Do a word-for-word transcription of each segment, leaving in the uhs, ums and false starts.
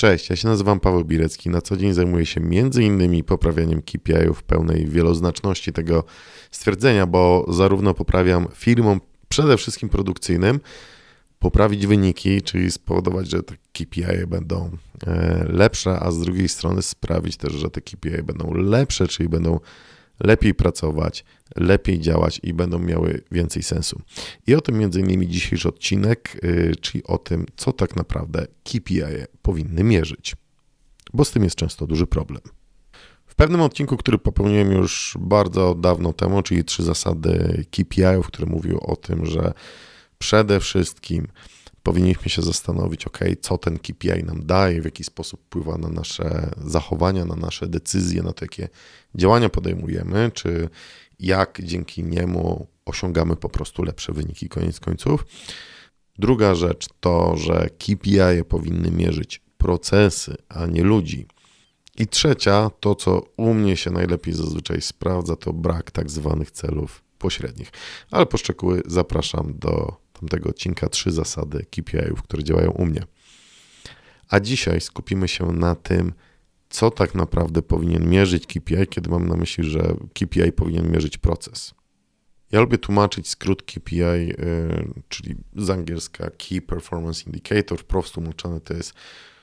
Cześć, ja się nazywam Paweł Birecki. Na co dzień zajmuję się między innymi poprawianiem K P I-ów pełnej wieloznaczności tego stwierdzenia, bo zarówno poprawiam firmom przede wszystkim produkcyjnym, poprawić wyniki, czyli spowodować, że te K P I będą lepsze, a z drugiej strony sprawić też, że te K P I będą lepsze, czyli będą lepiej pracować, lepiej działać i będą miały więcej sensu. I o tym między innymi dzisiejszy odcinek, czyli o tym, co tak naprawdę K P I powinny mierzyć, bo z tym jest często duży problem. W pewnym odcinku, który popełniłem już bardzo dawno temu, czyli trzy zasady K P I-ów, które mówiły o tym, że przede wszystkim powinniśmy się zastanowić, ok, co ten K P I nam daje, w jaki sposób wpływa na nasze zachowania, na nasze decyzje, na to, jakie działania podejmujemy, czy jak dzięki niemu osiągamy po prostu lepsze wyniki koniec końców. Druga rzecz to, że K P I powinny mierzyć procesy, a nie ludzi. I trzecia, to co u mnie się najlepiej zazwyczaj sprawdza, to brak tak zwanych celów pośrednich. Ale po szczegóły zapraszam do tamtego odcinka trzy zasady K P I-ów, które działają u mnie. A dzisiaj skupimy się na tym, co tak naprawdę powinien mierzyć K P I, kiedy mam na myśli, że K P I powinien mierzyć proces. Ja lubię tłumaczyć skrót K P I, yy, czyli z angielska Key Performance Indicator, wprost tłumaczone to jest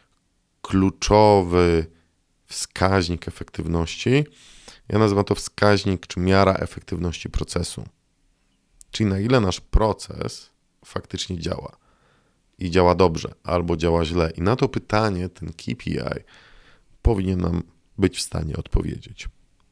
kluczowy wskaźnik efektywności. Ja nazywam to wskaźnik czy miara efektywności procesu. Czyli na ile nasz proces faktycznie działa i działa dobrze albo działa źle. I na to pytanie ten K P I powinien nam być w stanie odpowiedzieć.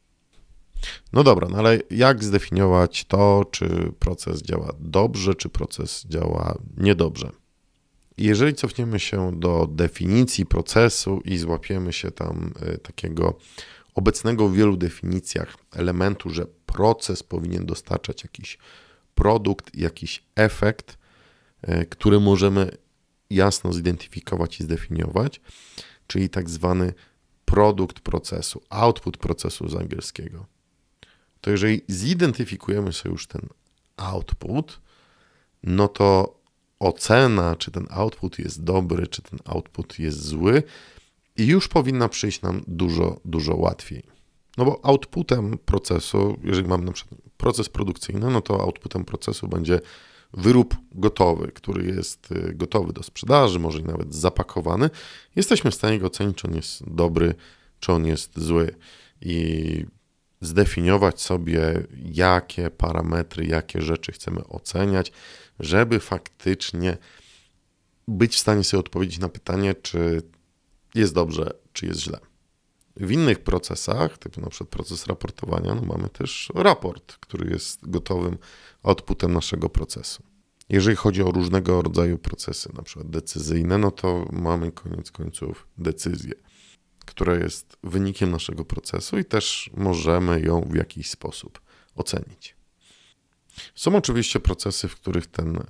No dobra, no ale jak zdefiniować to, czy proces działa dobrze, czy proces działa niedobrze? Jeżeli cofniemy się do definicji procesu i złapiemy się tam takiego obecnego w wielu definicjach elementu, że proces powinien dostarczać jakiś produkt, jakiś efekt, który możemy jasno zidentyfikować i zdefiniować, czyli tak zwany produkt procesu, output procesu z angielskiego. To jeżeli zidentyfikujemy sobie już ten output, no to ocena, czy ten output jest dobry, czy ten output jest zły, i już powinna przyjść nam dużo, dużo łatwiej. No bo outputem procesu, jeżeli mamy na przykład proces produkcyjny, no to outputem procesu będzie wyrób gotowy, który jest gotowy do sprzedaży, może nawet zapakowany. Jesteśmy w stanie go ocenić, czy on jest dobry, czy on jest zły i zdefiniować sobie, jakie parametry, jakie rzeczy chcemy oceniać, żeby faktycznie być w stanie sobie odpowiedzieć na pytanie, czy jest dobrze, czy jest źle. W innych procesach, typu na przykład proces raportowania, no mamy też raport, który jest gotowym outputem naszego procesu. Jeżeli chodzi o różnego rodzaju procesy, na przykład decyzyjne, no to mamy koniec końców decyzję, która jest wynikiem naszego procesu i też możemy ją w jakiś sposób ocenić. Są oczywiście procesy, w których ten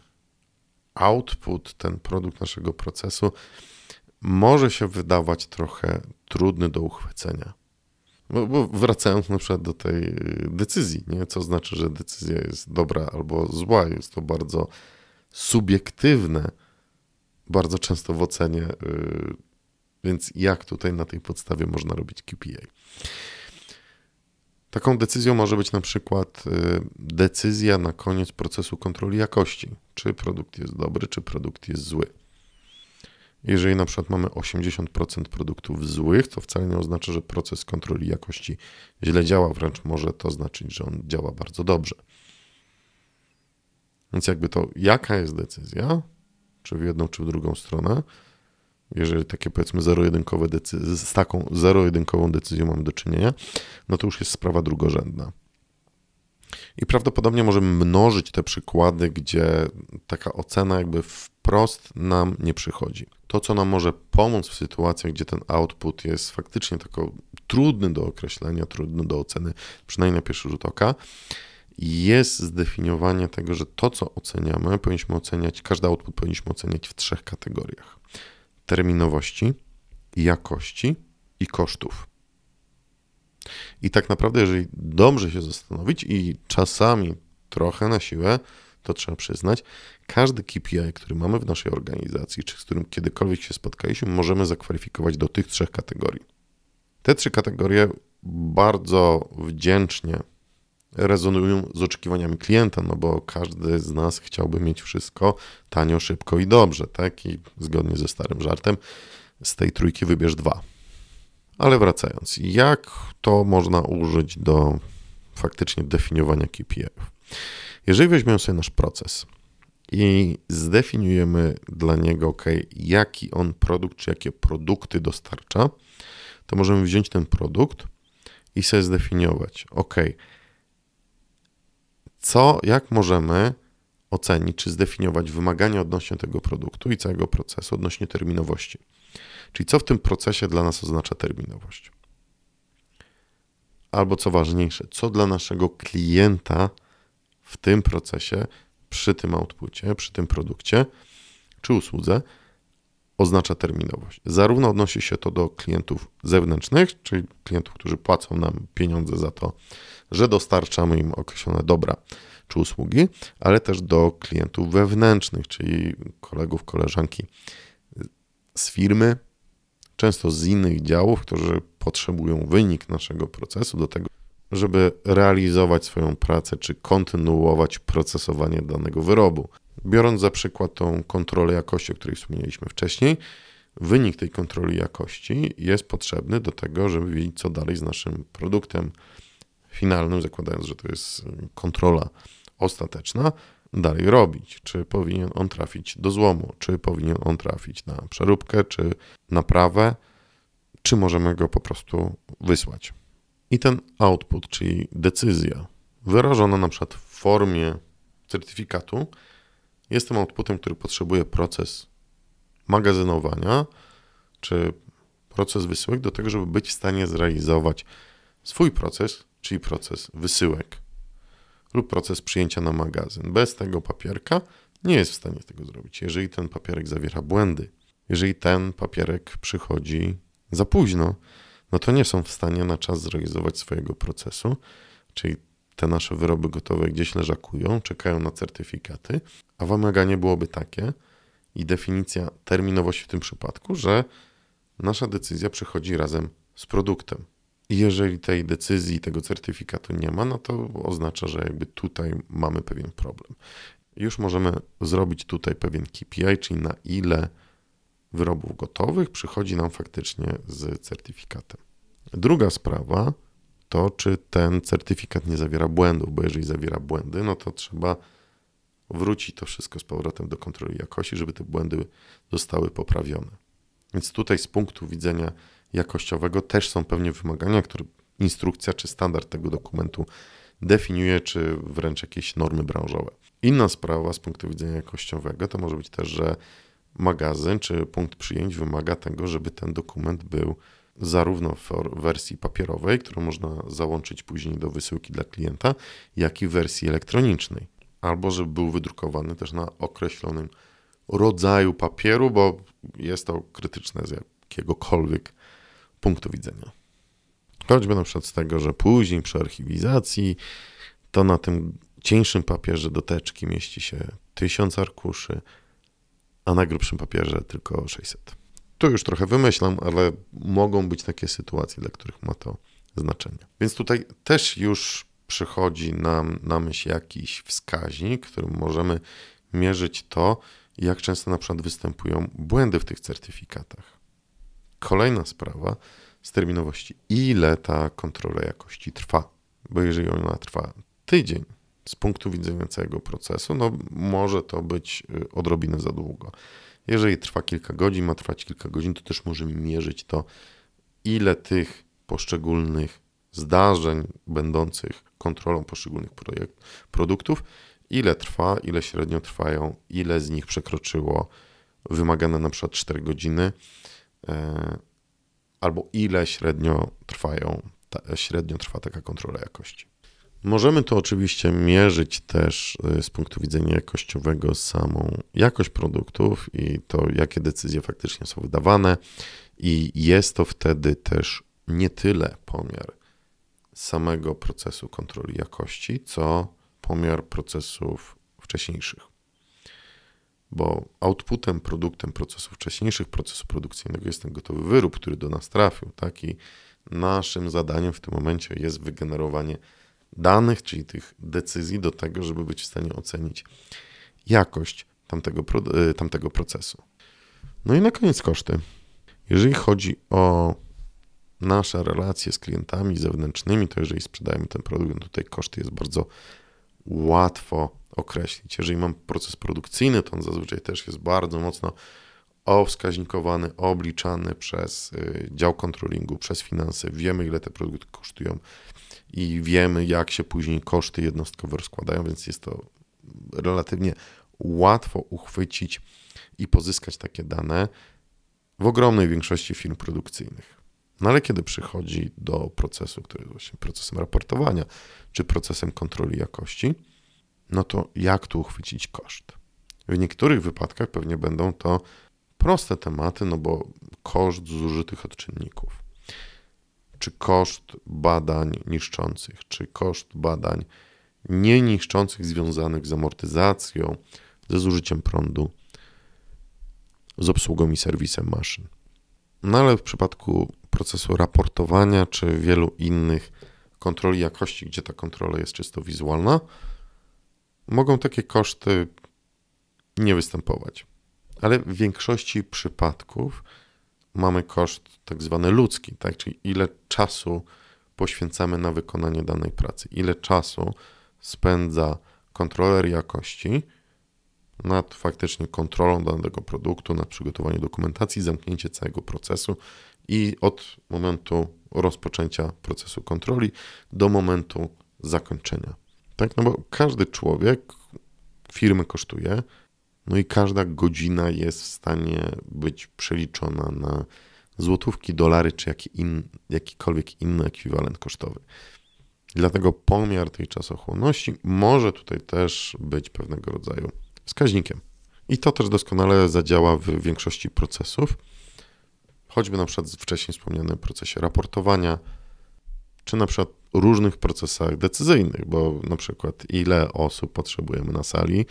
output, ten produkt naszego procesu może się wydawać trochę trudny do uchwycenia. Bo, bo wracając na przykład do tej decyzji, nie? Co znaczy, że decyzja jest dobra albo zła, jest to bardzo subiektywne, bardzo często w ocenie, yy, więc jak tutaj na tej podstawie można robić K P I? Taką decyzją może być na przykład yy, decyzja na koniec procesu kontroli jakości, czy produkt jest dobry, czy produkt jest zły. Jeżeli na przykład mamy osiemdziesiąt procent produktów złych, to wcale nie oznacza, że proces kontroli jakości źle działa, wręcz może to znaczyć, że on działa bardzo dobrze. Więc jakby to, jaka jest decyzja, czy w jedną, czy w drugą stronę, jeżeli takie powiedzmy zero-jedynkowe decyzje, z taką zero-jedynkową decyzją mamy do czynienia, no to już jest sprawa drugorzędna. I prawdopodobnie możemy mnożyć te przykłady, gdzie taka ocena jakby wprost nam nie przychodzi. To, co nam może pomóc w sytuacjach, gdzie ten output jest faktycznie tako trudny do określenia, trudny do oceny, przynajmniej na pierwszy rzut oka, jest zdefiniowanie tego, że to, co oceniamy, powinniśmy oceniać, każdy output powinniśmy oceniać w trzech kategoriach. Terminowości, jakości i kosztów. I tak naprawdę, jeżeli dobrze się zastanowić i czasami trochę na siłę, to trzeba przyznać, każdy K P I, który mamy w naszej organizacji, czy z którym kiedykolwiek się spotkaliśmy, możemy zakwalifikować do tych trzech kategorii. Te trzy kategorie bardzo wdzięcznie rezonują z oczekiwaniami klienta, no bo każdy z nas chciałby mieć wszystko tanio, szybko i dobrze, tak? I zgodnie ze starym żartem, z tej trójki wybierz dwa. Ale wracając, jak to można użyć do faktycznie definiowania K P I-ów? Jeżeli weźmiemy sobie nasz proces i zdefiniujemy dla niego, ok, jaki on produkt, czy jakie produkty dostarcza, to możemy wziąć ten produkt i sobie zdefiniować, ok, co, jak możemy ocenić, czy zdefiniować wymagania odnośnie tego produktu i całego procesu odnośnie terminowości. Czyli co w tym procesie dla nas oznacza terminowość? Albo co ważniejsze, co dla naszego klienta w tym procesie, przy tym outpucie, przy tym produkcie czy usłudze oznacza terminowość. Zarówno odnosi się to do klientów zewnętrznych, czyli klientów, którzy płacą nam pieniądze za to, że dostarczamy im określone dobra czy usługi, ale też do klientów wewnętrznych, czyli kolegów, koleżanki z firmy, często z innych działów, którzy potrzebują wynik naszego procesu do tego, żeby realizować swoją pracę czy kontynuować procesowanie danego wyrobu. Biorąc za przykład tą kontrolę jakości, o której wspomnieliśmy wcześniej, wynik tej kontroli jakości jest potrzebny do tego, żeby wiedzieć, co dalej z naszym produktem finalnym, zakładając, że to jest kontrola ostateczna, dalej robić. Czy powinien on trafić do złomu, czy powinien on trafić na przeróbkę, czy naprawę, czy możemy go po prostu wysłać. I ten output, czyli decyzja wyrażona na przykład w formie certyfikatu, jest tym outputem, który potrzebuje proces magazynowania, czy proces wysyłek do tego, żeby być w stanie zrealizować swój proces, czyli proces wysyłek lub proces przyjęcia na magazyn. Bez tego papierka nie jest w stanie tego zrobić. Jeżeli ten papierek zawiera błędy, jeżeli ten papierek przychodzi za późno, no to nie są w stanie na czas zrealizować swojego procesu, czyli te nasze wyroby gotowe gdzieś leżakują, czekają na certyfikaty, a wymaganie byłoby takie i definicja terminowości w tym przypadku, że nasza decyzja przychodzi razem z produktem. I jeżeli tej decyzji, tego certyfikatu nie ma, no to oznacza, że jakby tutaj mamy pewien problem. Już możemy zrobić tutaj pewien K P I, czyli na ile wyrobów gotowych przychodzi nam faktycznie z certyfikatem. Druga sprawa to, czy ten certyfikat nie zawiera błędów, bo jeżeli zawiera błędy, no to trzeba wrócić to wszystko z powrotem do kontroli jakości, żeby te błędy zostały poprawione. Więc tutaj z punktu widzenia jakościowego też są pewnie wymagania, które instrukcja czy standard tego dokumentu definiuje, czy wręcz jakieś normy branżowe. Inna sprawa z punktu widzenia jakościowego to może być też, że magazyn czy punkt przyjęć wymaga tego, żeby ten dokument był zarówno w wersji papierowej, którą można załączyć później do wysyłki dla klienta, jak i w wersji elektronicznej. Albo żeby był wydrukowany też na określonym rodzaju papieru, bo jest to krytyczne z jakiegokolwiek punktu widzenia. Choćby na przykład z tego, że później przy archiwizacji to na tym cieńszym papierze do teczki mieści się tysiąc arkuszy, a na grubszym papierze tylko sześćset. Tu już trochę wymyślam, ale mogą być takie sytuacje, dla których ma to znaczenie. Więc tutaj też już przychodzi nam na myśl jakiś wskaźnik, którym możemy mierzyć to, jak często na przykład występują błędy w tych certyfikatach. Kolejna sprawa z terminowości. Ile ta kontrola jakości trwa? Bo jeżeli ona trwa tydzień, z punktu widzenia całego procesu, no może to być odrobinę za długo. Jeżeli trwa kilka godzin, ma trwać kilka godzin, to też możemy mierzyć to, ile tych poszczególnych zdarzeń będących kontrolą poszczególnych projekt, produktów, ile trwa, ile średnio trwają, ile z nich przekroczyło wymagane na przykład cztery godziny, e, albo ile średnio trwają, ta, średnio trwa taka kontrola jakości. Możemy to oczywiście mierzyć też z punktu widzenia jakościowego samą jakość produktów i to, jakie decyzje faktycznie są wydawane, i jest to wtedy też nie tyle pomiar samego procesu kontroli jakości, co pomiar procesów w wcześniejszych. Bo outputem, produktem procesów wcześniejszych, procesu produkcyjnego jest ten gotowy wyrób, który do nas trafił. Tak? I naszym zadaniem w tym momencie jest wygenerowanie danych, czyli tych decyzji do tego, żeby być w stanie ocenić jakość tamtego, tamtego procesu. No i na koniec koszty. Jeżeli chodzi o nasze relacje z klientami zewnętrznymi, to jeżeli sprzedajemy ten produkt, no tutaj koszty jest bardzo łatwo określić. Jeżeli mam proces produkcyjny, to on zazwyczaj też jest bardzo mocno owskaźnikowany, obliczany przez dział controllingu, przez finanse. Wiemy, ile te produkty kosztują i wiemy, jak się później koszty jednostkowo rozkładają, więc jest to relatywnie łatwo uchwycić i pozyskać takie dane w ogromnej większości firm produkcyjnych. No ale kiedy przychodzi do procesu, który jest właśnie procesem raportowania, czy procesem kontroli jakości, no to jak tu uchwycić koszt? W niektórych wypadkach pewnie będą to proste tematy, no bo koszt zużytych odczynników, czy koszt badań niszczących, czy koszt badań nieniszczących związanych z amortyzacją, ze zużyciem prądu, z obsługą i serwisem maszyn. No ale w przypadku procesu raportowania, czy wielu innych kontroli jakości, gdzie ta kontrola jest czysto wizualna, mogą takie koszty nie występować. Ale w większości przypadków mamy koszt tak zwany ludzki, tak? Czyli ile czasu poświęcamy na wykonanie danej pracy, ile czasu spędza kontroler jakości nad faktycznie kontrolą danego produktu, nad przygotowaniem dokumentacji, zamknięcie całego procesu i od momentu rozpoczęcia procesu kontroli do momentu zakończenia. Tak, no bo każdy człowiek firmy kosztuje, no i każda godzina jest w stanie być przeliczona na złotówki, dolary czy jaki in, jakikolwiek inny ekwiwalent kosztowy. Dlatego pomiar tej czasochłonności może tutaj też być pewnego rodzaju wskaźnikiem. I to też doskonale zadziała w większości procesów, choćby na przykład w wcześniej wspomnianym procesie raportowania, czy na przykład różnych procesach decyzyjnych, bo na przykład ile osób potrzebujemy na sali,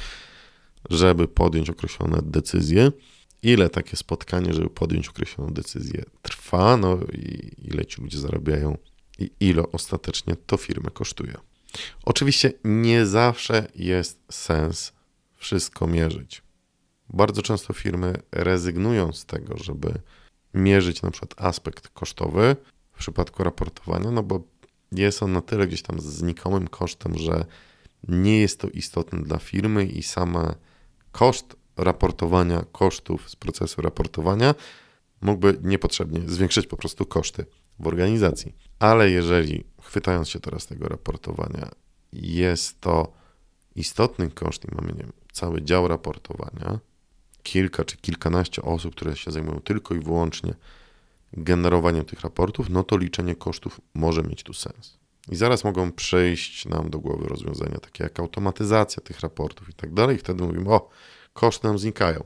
żeby podjąć określone decyzje, ile takie spotkanie, żeby podjąć określoną decyzję trwa, no i ile ci ludzie zarabiają i ile ostatecznie to firmę kosztuje. Oczywiście nie zawsze jest sens wszystko mierzyć. Bardzo często firmy rezygnują z tego, żeby mierzyć na przykład aspekt kosztowy w przypadku raportowania, no bo jest on na tyle gdzieś tam znikomym kosztem, że nie jest to istotne dla firmy i sama koszt raportowania kosztów z procesu raportowania mógłby niepotrzebnie zwiększyć po prostu koszty w organizacji. Ale jeżeli, chwytając się teraz tego raportowania, jest to istotny koszt i mamy, nie wiem, cały dział raportowania, kilka czy kilkanaście osób, które się zajmują tylko i wyłącznie generowaniem tych raportów, no to liczenie kosztów może mieć tu sens. I zaraz mogą przyjść nam do głowy rozwiązania takie jak automatyzacja tych raportów i tak dalej. I wtedy mówimy, o, koszty nam znikają.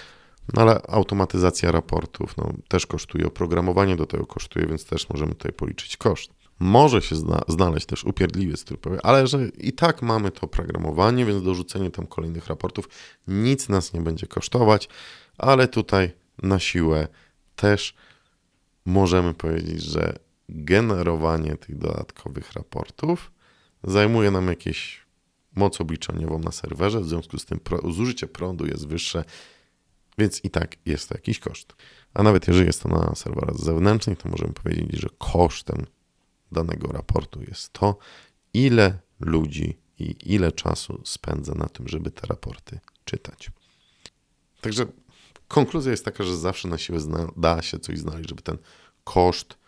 No ale automatyzacja raportów no, też kosztuje, oprogramowanie do tego kosztuje, więc też możemy tutaj policzyć koszt. Może się zna, znaleźć też upierdliwiec, który powie, ale że i tak mamy to oprogramowanie, więc dorzucenie tam kolejnych raportów nic nas nie będzie kosztować, ale tutaj na siłę też możemy powiedzieć, że generowanie tych dodatkowych raportów zajmuje nam jakieś moc obliczeniową na serwerze, w związku z tym pro, zużycie prądu jest wyższe, więc i tak jest to jakiś koszt. A nawet jeżeli jest to na serwerach zewnętrznych, to możemy powiedzieć, że kosztem danego raportu jest to, ile ludzi i ile czasu spędza na tym, żeby te raporty czytać. Także konkluzja jest taka, że zawsze na siłę zna, da się coś znaleźć, żeby ten koszt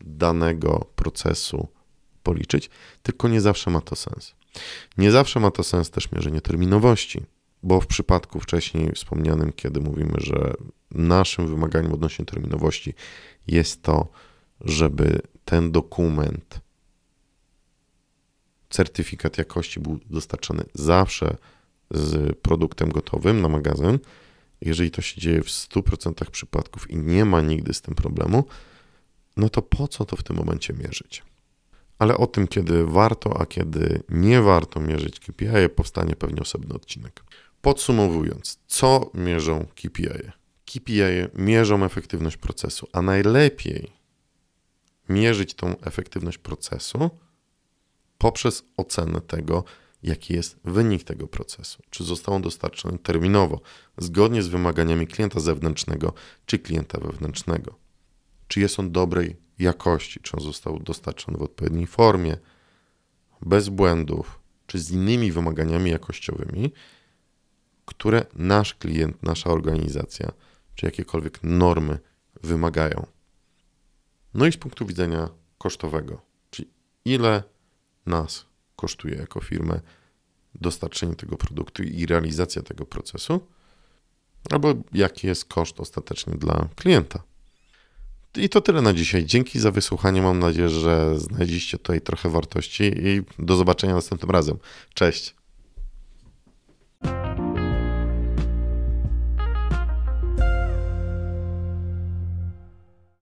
danego procesu policzyć, tylko nie zawsze ma to sens. Nie zawsze ma to sens też mierzenie terminowości, bo w przypadku wcześniej wspomnianym, kiedy mówimy, że naszym wymaganiem odnośnie terminowości jest to, żeby ten dokument, certyfikat jakości był dostarczany zawsze z produktem gotowym na magazyn. Jeżeli to się dzieje w stu procentach przypadków i nie ma nigdy z tym problemu, no to po co to w tym momencie mierzyć? Ale o tym, kiedy warto, a kiedy nie warto mierzyć K P I, powstanie pewnie osobny odcinek. Podsumowując, co mierzą K P I? K P I mierzą efektywność procesu, a najlepiej mierzyć tą efektywność procesu poprzez ocenę tego, jaki jest wynik tego procesu. Czy został on dostarczony terminowo, zgodnie z wymaganiami klienta zewnętrznego czy klienta wewnętrznego. Czy jest on dobrej jakości, czy on został dostarczony w odpowiedniej formie, bez błędów, czy z innymi wymaganiami jakościowymi, które nasz klient, nasza organizacja, czy jakiekolwiek normy wymagają. No i z punktu widzenia kosztowego, czyli ile nas kosztuje jako firmę dostarczenie tego produktu i realizacja tego procesu, albo jaki jest koszt ostatecznie dla klienta. I to tyle na dzisiaj. Dzięki za wysłuchanie. Mam nadzieję, że znaleźliście tutaj trochę wartości i do zobaczenia następnym razem. Cześć!